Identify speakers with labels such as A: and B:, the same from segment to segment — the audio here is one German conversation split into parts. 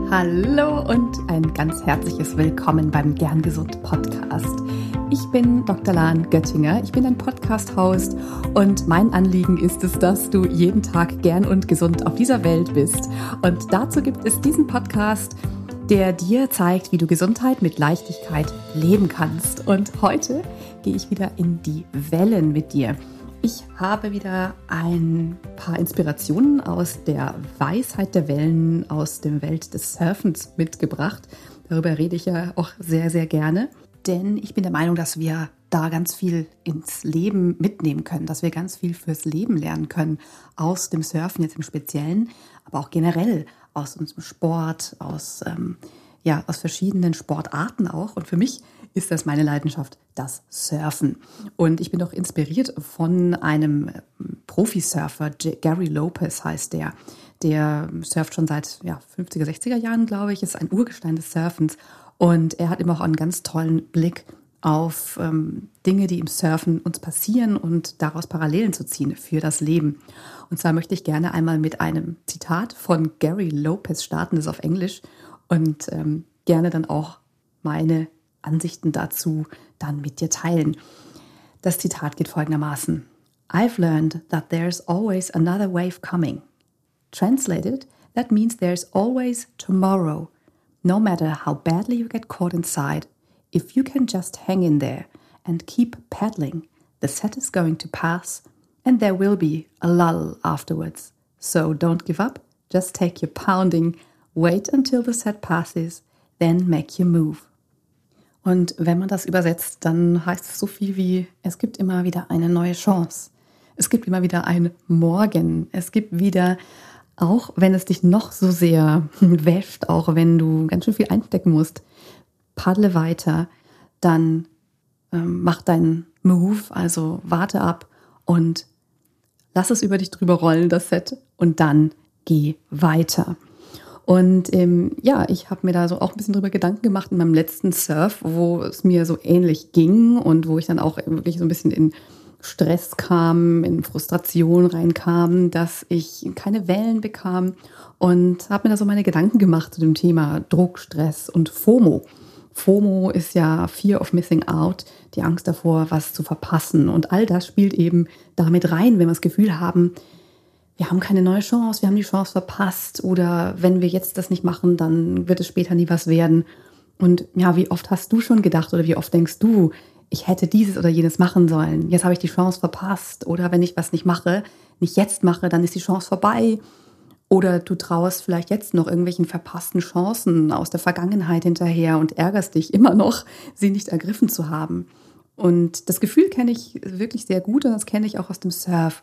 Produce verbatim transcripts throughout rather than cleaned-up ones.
A: Hallo und ein ganz herzliches Willkommen beim Gern Gesund Podcast. Ich bin Doktor Lahn Göttinger, ich bin ein Podcast-Host und mein Anliegen ist es, dass du jeden Tag gern und gesund auf dieser Welt bist. Und dazu gibt es diesen Podcast, der dir zeigt, wie du Gesundheit mit Leichtigkeit leben kannst. Und heute gehe ich wieder in die Wellen mit dir. Ich habe wieder ein paar Inspirationen aus der Weisheit der Wellen, aus der Welt des Surfens mitgebracht. Darüber rede ich ja auch sehr, sehr gerne, denn ich bin der Meinung, dass wir da ganz viel ins Leben mitnehmen können, dass wir ganz viel fürs Leben lernen können, aus dem Surfen jetzt im Speziellen, aber auch generell aus unserem Sport, aus, ähm, ja, aus verschiedenen Sportarten auch. Und für mich ist das meine Leidenschaft, das Surfen. Und ich bin auch inspiriert von einem Profisurfer, Gary Lopez heißt der. Der surft schon seit ja, fünfziger, sechziger Jahren, glaube ich, ist ein Urgestein des Surfens. Und er hat immer auch einen ganz tollen Blick auf ähm, Dinge, die im Surfen uns passieren und daraus Parallelen zu ziehen für das Leben. Und zwar möchte ich gerne einmal mit einem Zitat von Gary Lopez starten, das ist auf Englisch, und ähm, gerne dann auch meine Ansichten dazu dann mit dir teilen. Das Zitat geht folgendermaßen: I've learned that there's always another wave coming. Translated, that means there's always tomorrow. No matter how badly you get caught inside, if you can just hang in there and keep paddling, the set is going to pass and there will be a lull afterwards. So don't give up, just take your pounding, wait until the set passes, then make your move. Und wenn man das übersetzt, dann heißt es so viel wie, es gibt immer wieder eine neue Chance. Es gibt immer wieder ein Morgen. Es gibt wieder, auch wenn es dich noch so sehr wäscht, auch wenn du ganz schön viel einstecken musst, paddle weiter, dann ähm, mach deinen Move, also warte ab und lass es über dich drüber rollen, das Set, und dann geh weiter. Und ähm, ja, ich habe mir da so auch ein bisschen drüber Gedanken gemacht in meinem letzten Surf, wo es mir so ähnlich ging und wo ich dann auch wirklich so ein bisschen in Stress kam, in Frustration reinkam, dass ich keine Wellen bekam, und habe mir da so meine Gedanken gemacht zu dem Thema Druck, Stress und FOMO. FOMO ist ja Fear of Missing Out, die Angst davor, was zu verpassen. Und all das spielt eben damit rein, wenn wir das Gefühl haben, wir haben keine neue Chance, wir haben die Chance verpasst, oder wenn wir jetzt das nicht machen, dann wird es später nie was werden. Und ja, wie oft hast du schon gedacht oder wie oft denkst du, ich hätte dieses oder jenes machen sollen, jetzt habe ich die Chance verpasst, oder wenn ich was nicht mache, nicht jetzt mache, dann ist die Chance vorbei. Oder du trauerst vielleicht jetzt noch irgendwelchen verpassten Chancen aus der Vergangenheit hinterher und ärgerst dich immer noch, sie nicht ergriffen zu haben. Und das Gefühl kenne ich wirklich sehr gut, und das kenne ich auch aus dem Surf.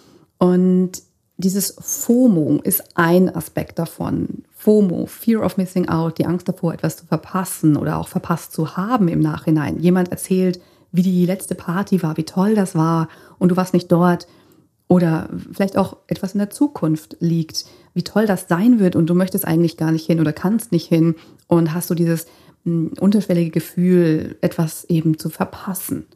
A: Und dieses FOMO ist ein Aspekt davon. FOMO, Fear of Missing Out, die Angst davor, etwas zu verpassen oder auch verpasst zu haben im Nachhinein. Jemand erzählt, wie die letzte Party war, wie toll das war, und du warst nicht dort. Oder vielleicht auch etwas in der Zukunft liegt, wie toll das sein wird, und du möchtest eigentlich gar nicht hin oder kannst nicht hin, und hast so dieses mh, unterschwellige Gefühl, etwas eben zu verpassen.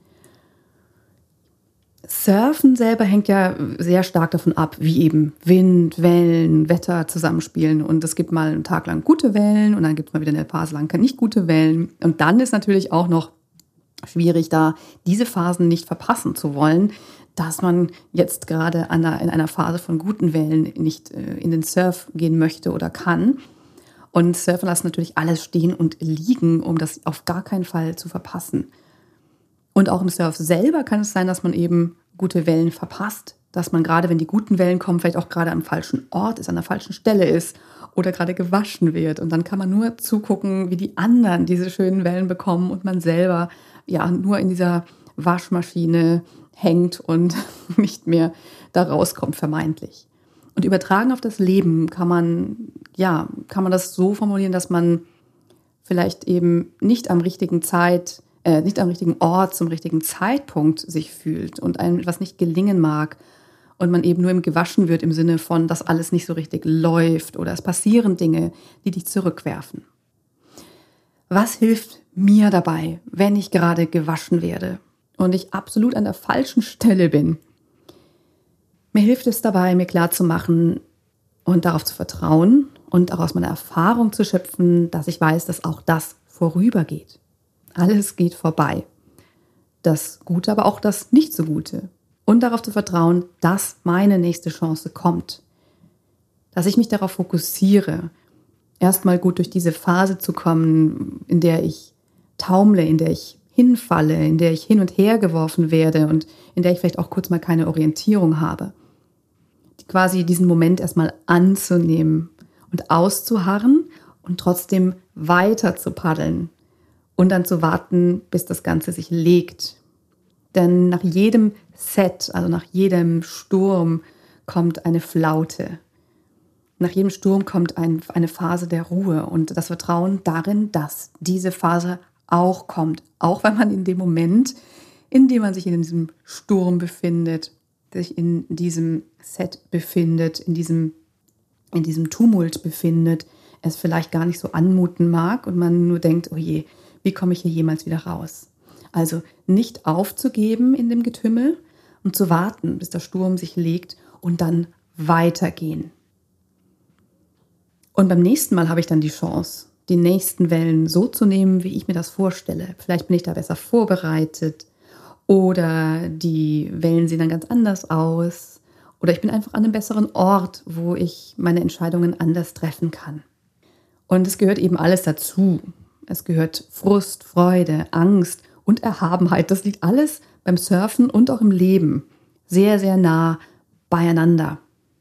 A: Surfen selber hängt ja sehr stark davon ab, wie eben Wind, Wellen, Wetter zusammenspielen. Und es gibt mal einen Tag lang gute Wellen und dann gibt es mal wieder eine Phase lang nicht gute Wellen. Und dann ist natürlich auch noch schwierig, da diese Phasen nicht verpassen zu wollen, dass man jetzt gerade an einer, in einer Phase von guten Wellen nicht äh, in den Surf gehen möchte oder kann. Und Surfen lassen natürlich alles stehen und liegen, um das auf gar keinen Fall zu verpassen. Und auch im Surf selber kann es sein, dass man eben gute Wellen verpasst, dass man gerade, wenn die guten Wellen kommen, vielleicht auch gerade am falschen Ort ist, an der falschen Stelle ist oder gerade gewaschen wird. Und dann kann man nur zugucken, wie die anderen diese schönen Wellen bekommen und man selber ja nur in dieser Waschmaschine hängt und nicht mehr da rauskommt, vermeintlich. Und übertragen auf das Leben kann man, ja, kann man das so formulieren, dass man vielleicht eben nicht am richtigen Zeit Äh, nicht am richtigen Ort, zum richtigen Zeitpunkt sich fühlt und einem etwas nicht gelingen mag und man eben nur im Gewaschen wird im Sinne von, dass alles nicht so richtig läuft oder es passieren Dinge, die dich zurückwerfen. Was hilft mir dabei, wenn ich gerade gewaschen werde und ich absolut an der falschen Stelle bin? Mir hilft es dabei, mir klarzumachen und darauf zu vertrauen und auch aus meiner Erfahrung zu schöpfen, dass ich weiß, dass auch das vorübergeht. Alles geht vorbei. Das Gute, aber auch das nicht so Gute. Und darauf zu vertrauen, dass meine nächste Chance kommt. Dass ich mich darauf fokussiere, erstmal gut durch diese Phase zu kommen, in der ich taumle, in der ich hinfalle, in der ich hin und her geworfen werde und in der ich vielleicht auch kurz mal keine Orientierung habe. Quasi diesen Moment erstmal anzunehmen und auszuharren und trotzdem weiter zu paddeln und dann zu warten, bis das Ganze sich legt. Denn nach jedem Set, also nach jedem Sturm, kommt eine Flaute. Nach jedem Sturm kommt ein, eine Phase der Ruhe und das Vertrauen darin, dass diese Phase auch kommt. Auch wenn man in dem Moment, in dem man sich in diesem Sturm befindet, sich in diesem Set befindet, in diesem, in diesem Tumult befindet, es vielleicht gar nicht so anmuten mag und man nur denkt, oh je, wie komme ich hier jemals wieder raus? Also nicht aufzugeben in dem Getümmel und zu warten, bis der Sturm sich legt und dann weitergehen. Und beim nächsten Mal habe ich dann die Chance, die nächsten Wellen so zu nehmen, wie ich mir das vorstelle. Vielleicht bin ich da besser vorbereitet oder die Wellen sehen dann ganz anders aus oder ich bin einfach an einem besseren Ort, wo ich meine Entscheidungen anders treffen kann. Und es gehört eben alles dazu. Es gehört Frust, Freude, Angst und Erhabenheit. Das liegt alles beim Surfen und auch im Leben sehr, sehr nah beieinander.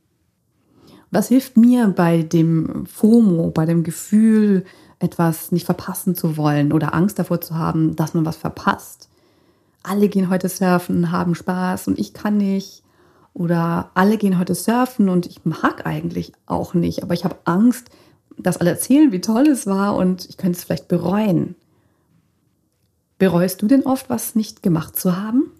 A: Was hilft mir bei dem FOMO, bei dem Gefühl, etwas nicht verpassen zu wollen oder Angst davor zu haben, dass man was verpasst? Alle gehen heute surfen, haben Spaß und ich kann nicht. Oder alle gehen heute surfen und ich mag eigentlich auch nicht, aber ich habe Angst, dass alle erzählen, wie toll es war und ich könnte es vielleicht bereuen. Bereust du denn oft, was nicht gemacht zu haben?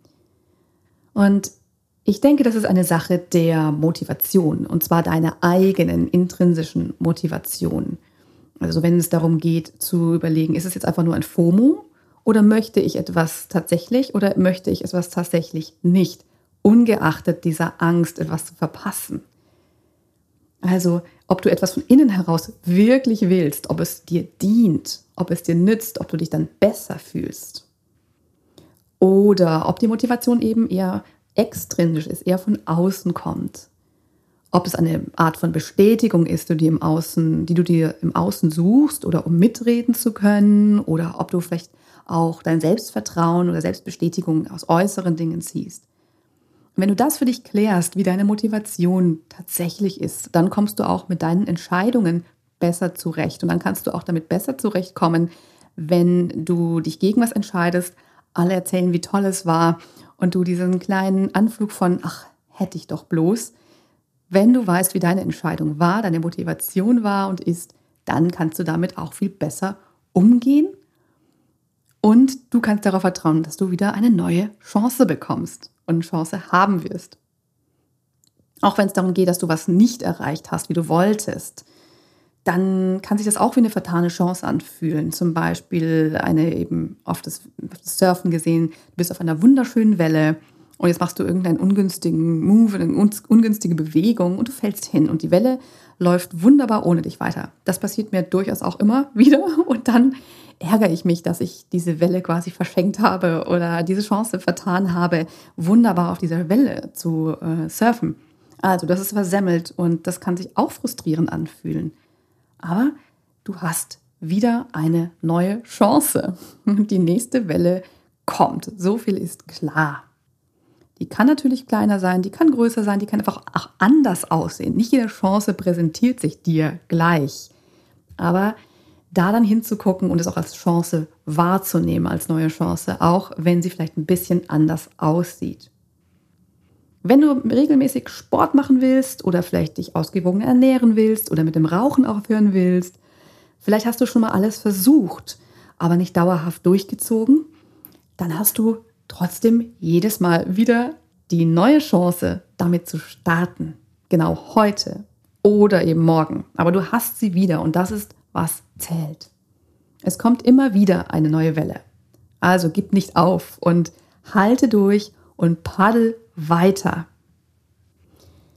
A: Und ich denke, das ist eine Sache der Motivation, und zwar deiner eigenen intrinsischen Motivation. Also wenn es darum geht zu überlegen, ist es jetzt einfach nur ein FOMO oder möchte ich etwas tatsächlich oder möchte ich etwas tatsächlich nicht, ungeachtet dieser Angst, etwas zu verpassen. Also ob du etwas von innen heraus wirklich willst, ob es dir dient, ob es dir nützt, ob du dich dann besser fühlst. Oder ob die Motivation eben eher extrinsisch ist, eher von außen kommt. Ob es eine Art von Bestätigung ist, die, im Außen, die du dir im Außen suchst oder um mitreden zu können oder ob du vielleicht auch dein Selbstvertrauen oder Selbstbestätigung aus äußeren Dingen ziehst. Wenn du das für dich klärst, wie deine Motivation tatsächlich ist, dann kommst du auch mit deinen Entscheidungen besser zurecht und dann kannst du auch damit besser zurechtkommen, wenn du dich gegen was entscheidest, alle erzählen, wie toll es war und du diesen kleinen Anflug von, ach, hätte ich doch bloß. Wenn du weißt, wie deine Entscheidung war, deine Motivation war und ist, dann kannst du damit auch viel besser umgehen und du kannst darauf vertrauen, dass du wieder eine neue Chance bekommst und Chance haben wirst. Auch wenn es darum geht, dass du was nicht erreicht hast, wie du wolltest, dann kann sich das auch wie eine vertane Chance anfühlen. Zum Beispiel eine eben auf das, auf das Surfen gesehen, du bist auf einer wunderschönen Welle und jetzt machst du irgendeinen ungünstigen Move, eine ungünstige Bewegung und du fällst hin und die Welle läuft wunderbar ohne dich weiter. Das passiert mir durchaus auch immer wieder und dann ärgere ich mich, dass ich diese Welle quasi verschenkt habe oder diese Chance vertan habe, wunderbar auf dieser Welle zu äh, surfen. Also das ist versemmelt und das kann sich auch frustrierend anfühlen. Aber du hast wieder eine neue Chance. Die nächste Welle kommt. So viel ist klar. Die kann natürlich kleiner sein, die kann größer sein, die kann einfach auch anders aussehen. Nicht jede Chance präsentiert sich dir gleich. Aber da dann hinzugucken und es auch als Chance wahrzunehmen, als neue Chance, auch wenn sie vielleicht ein bisschen anders aussieht. Wenn du regelmäßig Sport machen willst oder vielleicht dich ausgewogen ernähren willst oder mit dem Rauchen aufhören willst, vielleicht hast du schon mal alles versucht, aber nicht dauerhaft durchgezogen, dann hast du trotzdem jedes Mal wieder die neue Chance, damit zu starten. Genau heute oder eben morgen. Aber du hast sie wieder und das ist, was zählt. Es kommt immer wieder eine neue Welle. Also gib nicht auf und halte durch und paddel weiter.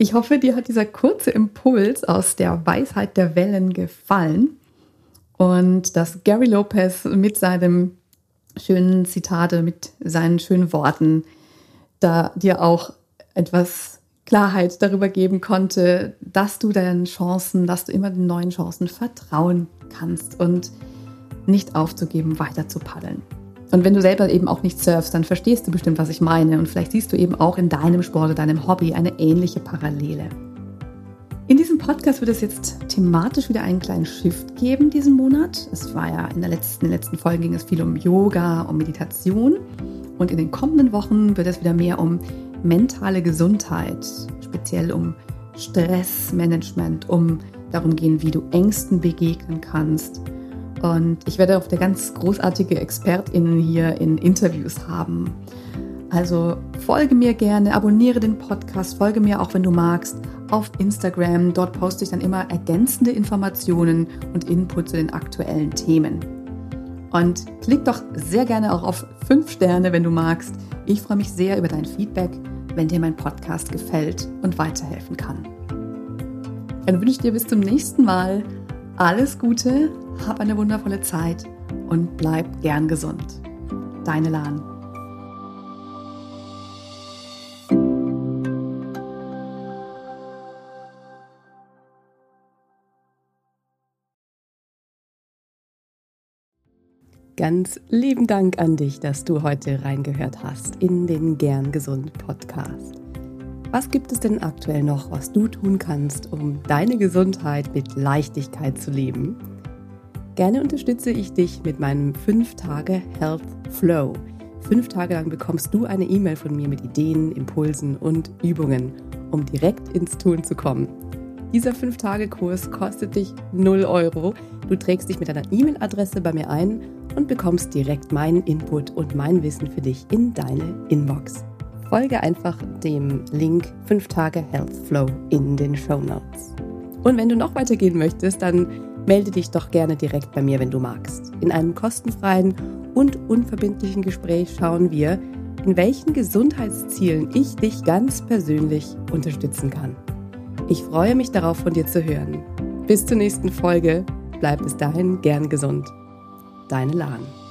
A: Ich hoffe, dir hat dieser kurze Impuls aus der Weisheit der Wellen gefallen und dass Gary Lopez mit seinem schönen Zitate, mit seinen schönen Worten da dir auch etwas Klarheit darüber geben konnte, dass du deinen Chancen, dass du immer den neuen Chancen vertrauen kannst und nicht aufzugeben, weiter zu paddeln. Und wenn du selber eben auch nicht surfst, dann verstehst du bestimmt, was ich meine. Und vielleicht siehst du eben auch in deinem Sport oder deinem Hobby eine ähnliche Parallele. In diesem Podcast wird es jetzt thematisch wieder einen kleinen Shift geben diesen Monat. Es war ja in der letzten, in den letzten Folgen ging es viel um Yoga, um Meditation. Und in den kommenden Wochen wird es wieder mehr um mentale Gesundheit, speziell um Stressmanagement, um darum gehen, wie du Ängsten begegnen kannst. Und ich werde auch ganz großartige ExpertInnen hier in Interviews haben. Also folge mir gerne, abonniere den Podcast, folge mir auch, wenn du magst, auf Instagram. Dort poste ich dann immer ergänzende Informationen und Input zu den aktuellen Themen. Und klick doch sehr gerne auch auf fünf Sterne, wenn du magst. Ich freue mich sehr über dein Feedback, wenn dir mein Podcast gefällt und weiterhelfen kann. Dann wünsche ich dir bis zum nächsten Mal alles Gute, hab eine wundervolle Zeit und bleib gern gesund. Deine Lan. Ganz lieben Dank an dich, dass du heute reingehört hast in den Gern Gesund Podcast. Was gibt es denn aktuell noch, was du tun kannst, um deine Gesundheit mit Leichtigkeit zu leben? Gerne unterstütze ich dich mit meinem fünf Tage Health Flow. Fünf Tage lang bekommst du eine E-Mail von mir mit Ideen, Impulsen und Übungen, um direkt ins Tun zu kommen. Dieser fünf Tage Kurs kostet dich null Euro. Du trägst dich mit deiner E-Mail-Adresse bei mir ein und bekommst direkt meinen Input und mein Wissen für dich in deine Inbox. Folge einfach dem Link fünf Tage Health Flow in den Shownotes. Und wenn du noch weitergehen möchtest, dann melde dich doch gerne direkt bei mir, wenn du magst. In einem kostenfreien und unverbindlichen Gespräch schauen wir, in welchen Gesundheitszielen ich dich ganz persönlich unterstützen kann. Ich freue mich darauf, von dir zu hören. Bis zur nächsten Folge. Bleib bis dahin gern gesund. Deine Lan.